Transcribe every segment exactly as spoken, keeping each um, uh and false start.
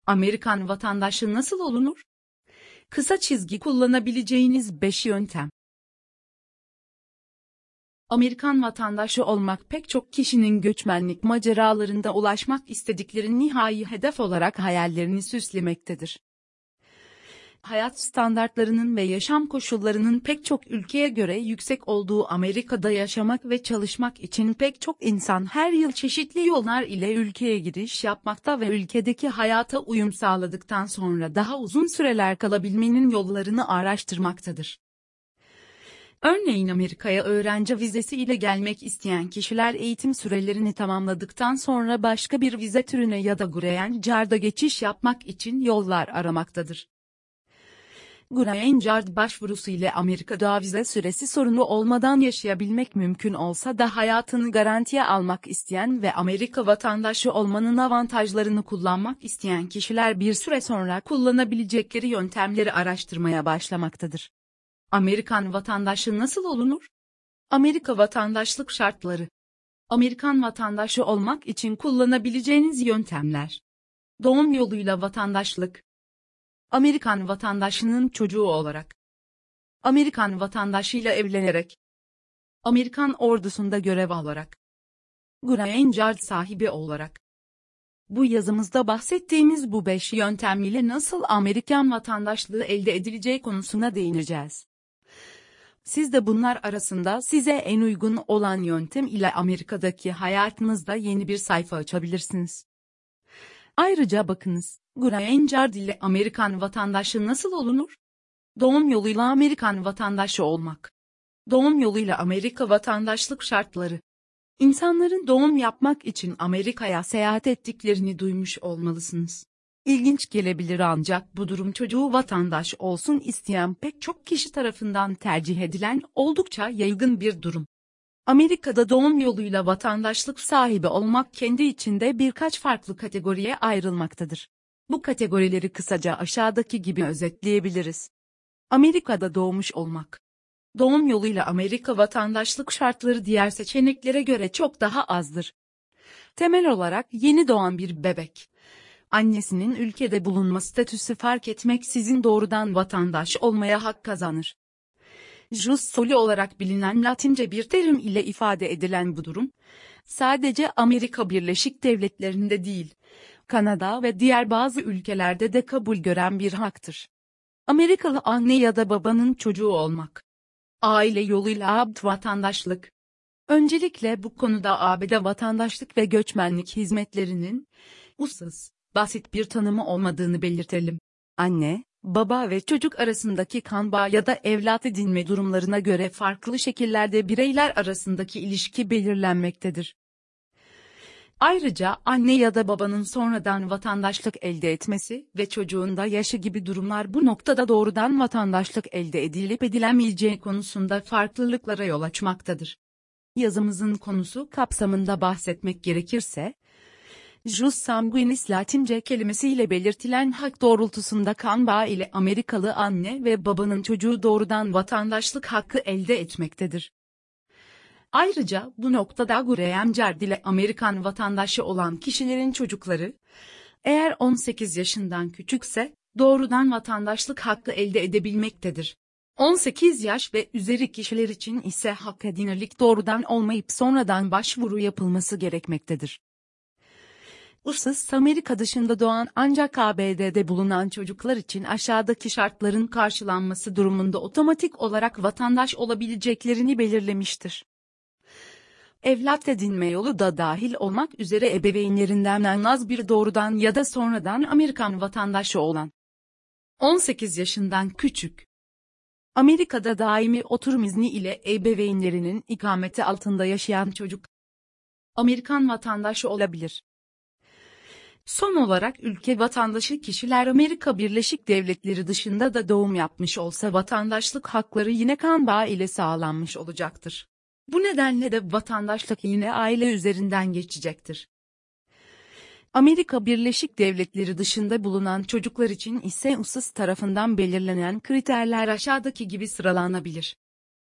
Amerikan vatandaşı nasıl olunur? Kısa çizgi kullanabileceğiniz beş yöntem. Amerikan vatandaşı olmak pek çok kişinin göçmenlik maceralarında ulaşmak istedikleri nihai hedef olarak hayallerini süslemektedir. Hayat standartlarının ve yaşam koşullarının pek çok ülkeye göre yüksek olduğu Amerika'da yaşamak ve çalışmak için pek çok insan her yıl çeşitli yollar ile ülkeye giriş yapmakta ve ülkedeki hayata uyum sağladıktan sonra daha uzun süreler kalabilmenin yollarını araştırmaktadır. Örneğin Amerika'ya öğrenci vizesi ile gelmek isteyen kişiler eğitim sürelerini tamamladıktan sonra başka bir vize türüne ya da Green Card'a geçiş yapmak için yollar aramaktadır. Green Card başvurusu ile Amerika'da vize süresi sorunu olmadan yaşayabilmek mümkün olsa da hayatını garantiye almak isteyen ve Amerika vatandaşı olmanın avantajlarını kullanmak isteyen kişiler bir süre sonra kullanabilecekleri yöntemleri araştırmaya başlamaktadır. Amerikan vatandaşı nasıl olunur? Amerika vatandaşlık şartları. Amerikan vatandaşı olmak için kullanabileceğiniz yöntemler. Doğum yoluyla vatandaşlık. Amerikan vatandaşının çocuğu olarak. Amerikan vatandaşıyla evlenerek. Amerikan ordusunda görev alarak. Green Card sahibi olarak. Bu yazımızda bahsettiğimiz bu beş yöntem ile nasıl Amerikan vatandaşlığı elde edileceği konusuna değineceğiz. Siz de bunlar arasında size en uygun olan yöntem ile Amerika'daki hayatınızda yeni bir sayfa açabilirsiniz. Ayrıca bakınız, Green Card ile Amerikan vatandaşı nasıl olunur? Doğum yoluyla Amerikan vatandaşı olmak. Doğum yoluyla Amerika vatandaşlık şartları. İnsanların doğum yapmak için Amerika'ya seyahat ettiklerini duymuş olmalısınız. İlginç gelebilir ancak bu durum çocuğu vatandaş olsun isteyen pek çok kişi tarafından tercih edilen oldukça yaygın bir durum. Amerika'da doğum yoluyla vatandaşlık sahibi olmak kendi içinde birkaç farklı kategoriye ayrılmaktadır. Bu kategorileri kısaca aşağıdaki gibi özetleyebiliriz. Amerika'da doğmuş olmak. Doğum yoluyla Amerika vatandaşlık şartları diğer seçeneklere göre çok daha azdır. Temel olarak yeni doğan bir bebek. Annesinin ülkede bulunma statüsü fark etmeksizin doğrudan vatandaş olmaya hak kazanır. Jus soli olarak bilinen Latince bir terim ile ifade edilen bu durum, sadece Amerika Birleşik Devletleri'nde değil, Kanada ve diğer bazı ülkelerde de kabul gören bir haktır. Amerikalı anne ya da babanın çocuğu olmak. Aile yoluyla A B D vatandaşlık. Öncelikle bu konuda A B D vatandaşlık ve göçmenlik hizmetlerinin, ussuz, basit bir tanımı olmadığını belirtelim. Anne, baba ve çocuk arasındaki kan bağı ya da evlat edinme durumlarına göre farklı şekillerde bireyler arasındaki ilişki belirlenmektedir. Ayrıca anne ya da babanın sonradan vatandaşlık elde etmesi ve çocuğun da yaşı gibi durumlar bu noktada doğrudan vatandaşlık elde edilip edilemeyeceği konusunda farklılıklara yol açmaktadır. Yazımızın konusu kapsamında bahsetmek gerekirse, jus sanguinis Latince kelimesiyle belirtilen hak doğrultusunda kan bağı ile Amerikalı anne ve babanın çocuğu doğrudan vatandaşlık hakkı elde etmektedir. Ayrıca bu noktada Green Card ile Amerikan vatandaşı olan kişilerin çocukları, eğer on sekiz yaşından küçükse, doğrudan vatandaşlık hakkı elde edebilmektedir. on sekiz yaş ve üzeri kişiler için ise hak edinirlik doğrudan olmayıp sonradan başvuru yapılması gerekmektedir. Ussuz Amerika dışında doğan ancak A B D'de bulunan çocuklar için aşağıdaki şartların karşılanması durumunda otomatik olarak vatandaş olabileceklerini belirlemiştir. Evlat edinme yolu da dahil olmak üzere ebeveynlerinden en az bir doğrudan ya da sonradan Amerikan vatandaşı olan. on sekiz yaşından küçük. Amerika'da daimi oturum izni ile ebeveynlerinin ikameti altında yaşayan çocuk, Amerikan vatandaşı olabilir. Son olarak ülke vatandaşı kişiler Amerika Birleşik Devletleri dışında da doğum yapmış olsa vatandaşlık hakları yine kan bağı ile sağlanmış olacaktır. Bu nedenle de vatandaşlık yine aile üzerinden geçecektir. Amerika Birleşik Devletleri dışında bulunan çocuklar için ise U S İS tarafından belirlenen kriterler aşağıdaki gibi sıralanabilir.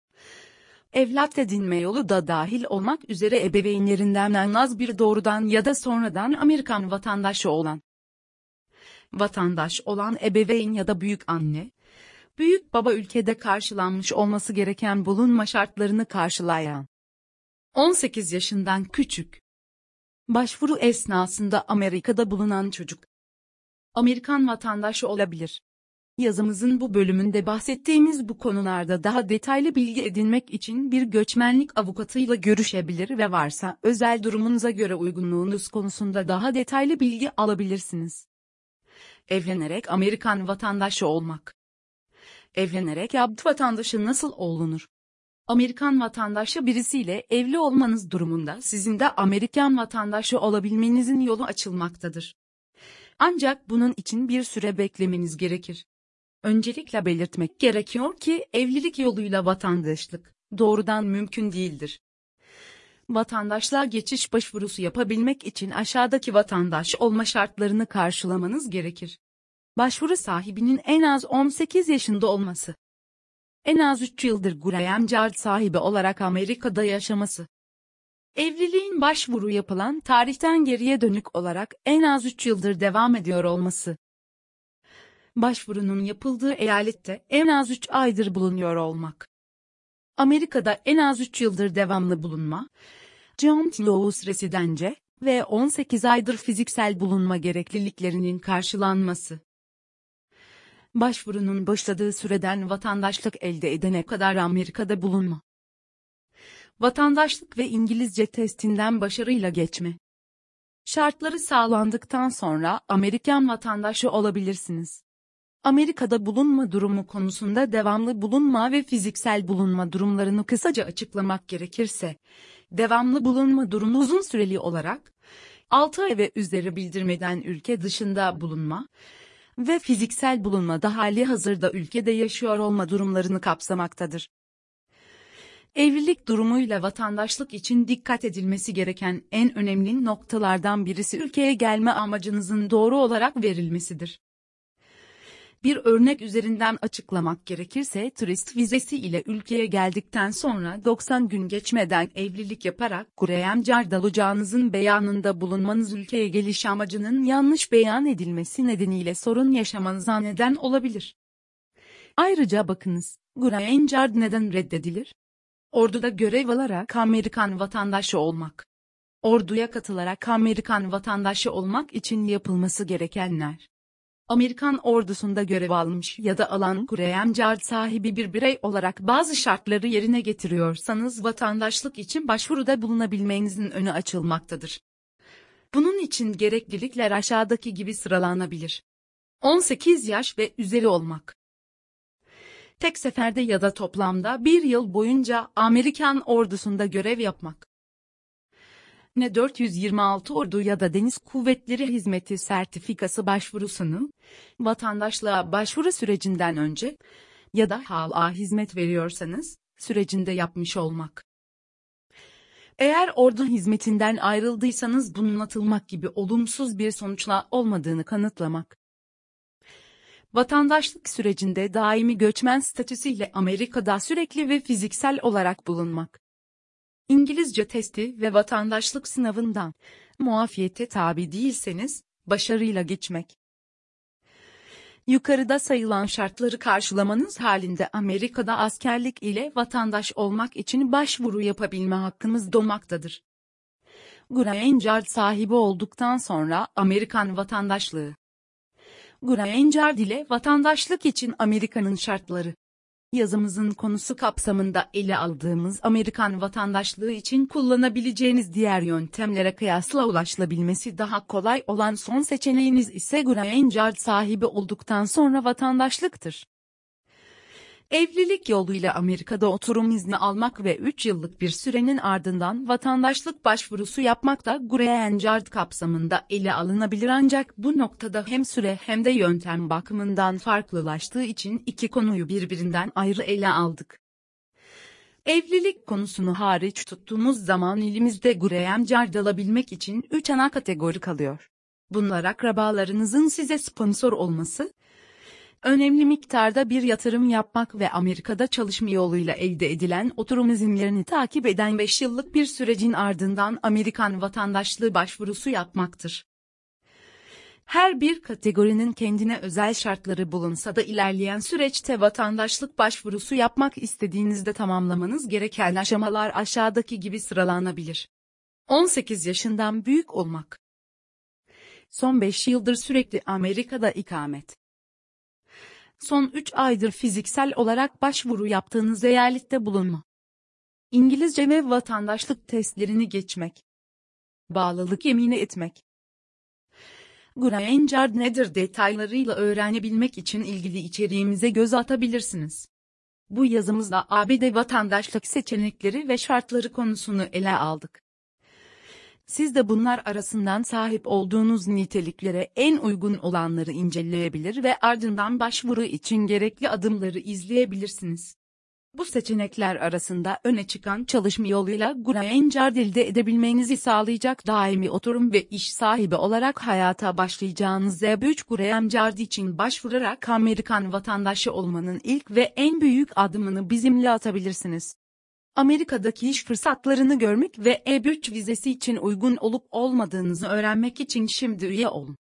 Evlat edinme yolu da dahil olmak üzere ebeveynlerinden en az bir doğrudan ya da sonradan Amerikan vatandaşı olan. Vatandaş olan ebeveyn ya da büyük anne, büyük baba ülkede karşılanmış olması gereken bulunma şartlarını karşılayan on sekiz yaşından küçük. Başvuru esnasında Amerika'da bulunan çocuk Amerikan vatandaşı olabilir. Yazımızın bu bölümünde bahsettiğimiz bu konularda daha detaylı bilgi edinmek için bir göçmenlik avukatıyla görüşebilir ve varsa özel durumunuza göre uygunluğunuz konusunda daha detaylı bilgi alabilirsiniz. Evlenerek Amerikan vatandaşı olmak. Evlenerek yabancı vatandaşı nasıl olunur? Amerikan vatandaşı birisiyle evli olmanız durumunda sizin de Amerikan vatandaşı olabilmenizin yolu açılmaktadır. Ancak bunun için bir süre beklemeniz gerekir. Öncelikle belirtmek gerekiyor ki evlilik yoluyla vatandaşlık doğrudan mümkün değildir. Vatandaşlığa geçiş başvurusu yapabilmek için aşağıdaki vatandaş olma şartlarını karşılamanız gerekir. Başvuru sahibinin en az on sekiz yaşında olması. En az üç yıldır green card sahibi olarak Amerika'da yaşaması. Evliliğin başvuru yapılan tarihten geriye dönük olarak en az üç yıldır devam ediyor olması. Başvurunun yapıldığı eyalette en az üç aydır bulunuyor olmak. Amerika'da en az üç yıldır devamlı bulunma, Joint Residence ve on sekiz aydır fiziksel bulunma gerekliliklerinin karşılanması. Başvurunun başladığı süreden vatandaşlık elde edene kadar Amerika'da bulunma. Vatandaşlık ve İngilizce testinden başarıyla geçme. Şartları sağlandıktan sonra Amerikan vatandaşı olabilirsiniz. Amerika'da bulunma durumu konusunda devamlı bulunma ve fiziksel bulunma durumlarını kısaca açıklamak gerekirse, devamlı bulunma durumu uzun süreli olarak, altı ay ve üzeri bildirmeden ülke dışında bulunma ve fiziksel bulunmada hali hazırda ülkede yaşıyor olma durumlarını kapsamaktadır. Evlilik durumuyla vatandaşlık için dikkat edilmesi gereken en önemli noktalardan birisi ülkeye gelme amacınızın doğru olarak verilmesidir. Bir örnek üzerinden açıklamak gerekirse turist vizesi ile ülkeye geldikten sonra doksan gün geçmeden evlilik yaparak green card alacağınızın beyanında bulunmanız ülkeye geliş amacının yanlış beyan edilmesi nedeniyle sorun yaşamanıza neden olabilir. Ayrıca bakınız, green card neden reddedilir? Orduda görev alarak Amerikan vatandaşı olmak. Orduya katılarak Amerikan vatandaşı olmak için yapılması gerekenler. Amerikan ordusunda görev almış ya da alan green card sahibi bir birey olarak bazı şartları yerine getiriyorsanız vatandaşlık için başvuruda bulunabilmenizin önü açılmaktadır. Bunun için gereklilikler aşağıdaki gibi sıralanabilir. on sekiz yaş ve üzeri olmak. Tek seferde ya da toplamda bir yıl boyunca Amerikan ordusunda görev yapmak. Ne dört yüz yirmi altı Ordu ya da Deniz Kuvvetleri Hizmeti sertifikası başvurusunu, vatandaşlığa başvuru sürecinden önce ya da hala hizmet veriyorsanız, sürecinde yapmış olmak. Eğer ordu hizmetinden ayrıldıysanız bunun atılmak gibi olumsuz bir sonuçla olmadığını kanıtlamak. Vatandaşlık sürecinde daimi göçmen statüsüyle Amerika'da sürekli ve fiziksel olarak bulunmak. İngilizce testi ve vatandaşlık sınavından muafiyete tabi değilseniz, başarıyla geçmek. Yukarıda sayılan şartları karşılamanız halinde Amerika'da askerlik ile vatandaş olmak için başvuru yapabilme hakkınız doğmaktadır. Green card sahibi olduktan sonra Amerikan vatandaşlığı. Green card ile vatandaşlık için Amerika'nın şartları. Yazımızın konusu kapsamında ele aldığımız Amerikan vatandaşlığı için kullanabileceğiniz diğer yöntemlere kıyasla ulaşılabilmesi daha kolay olan son seçeneğiniz ise green card sahibi olduktan sonra vatandaşlıktır. Evlilik yoluyla Amerika'da oturum izni almak ve üç yıllık bir sürenin ardından vatandaşlık başvurusu yapmak da green card kapsamında ele alınabilir ancak bu noktada hem süre hem de yöntem bakımından farklılaştığı için iki konuyu birbirinden ayrı ele aldık. Evlilik konusunu hariç tuttuğumuz zaman elimizde green card alabilmek için üç ana kategori kalıyor. Bunlar akrabalarınızın size sponsor olması, önemli miktarda bir yatırım yapmak ve Amerika'da çalışma yoluyla elde edilen oturum izinlerini takip eden beş yıllık bir sürecin ardından Amerikan vatandaşlığı başvurusu yapmaktır. Her bir kategorinin kendine özel şartları bulunsa da ilerleyen süreçte vatandaşlık başvurusu yapmak istediğinizde tamamlamanız gereken aşamalar aşağıdaki gibi sıralanabilir. on sekiz yaşından büyük olmak. Son beş yıldır sürekli Amerika'da ikamet. Son üç aydır fiziksel olarak başvuru yaptığınız eyalette bulunma. İngilizce ve vatandaşlık testlerini geçmek. Bağlılık yemini etmek. Green Card nedir detaylarıyla öğrenebilmek için ilgili içeriğimize göz atabilirsiniz. Bu yazımızda A B D vatandaşlık seçenekleri ve şartları konusunu ele aldık. Siz de bunlar arasından sahip olduğunuz niteliklere en uygun olanları inceleyebilir ve ardından başvuru için gerekli adımları izleyebilirsiniz. Bu seçenekler arasında öne çıkan çalışma yoluyla Green Card elde edebilmenizi sağlayacak daimi oturum ve iş sahibi olarak hayata başlayacağınız Z üç Green Card için başvurarak Amerikan vatandaşı olmanın ilk ve en büyük adımını bizimle atabilirsiniz. Amerika'daki iş fırsatlarını görmek ve E üç vizesi için uygun olup olmadığınızı öğrenmek için şimdi üye olun.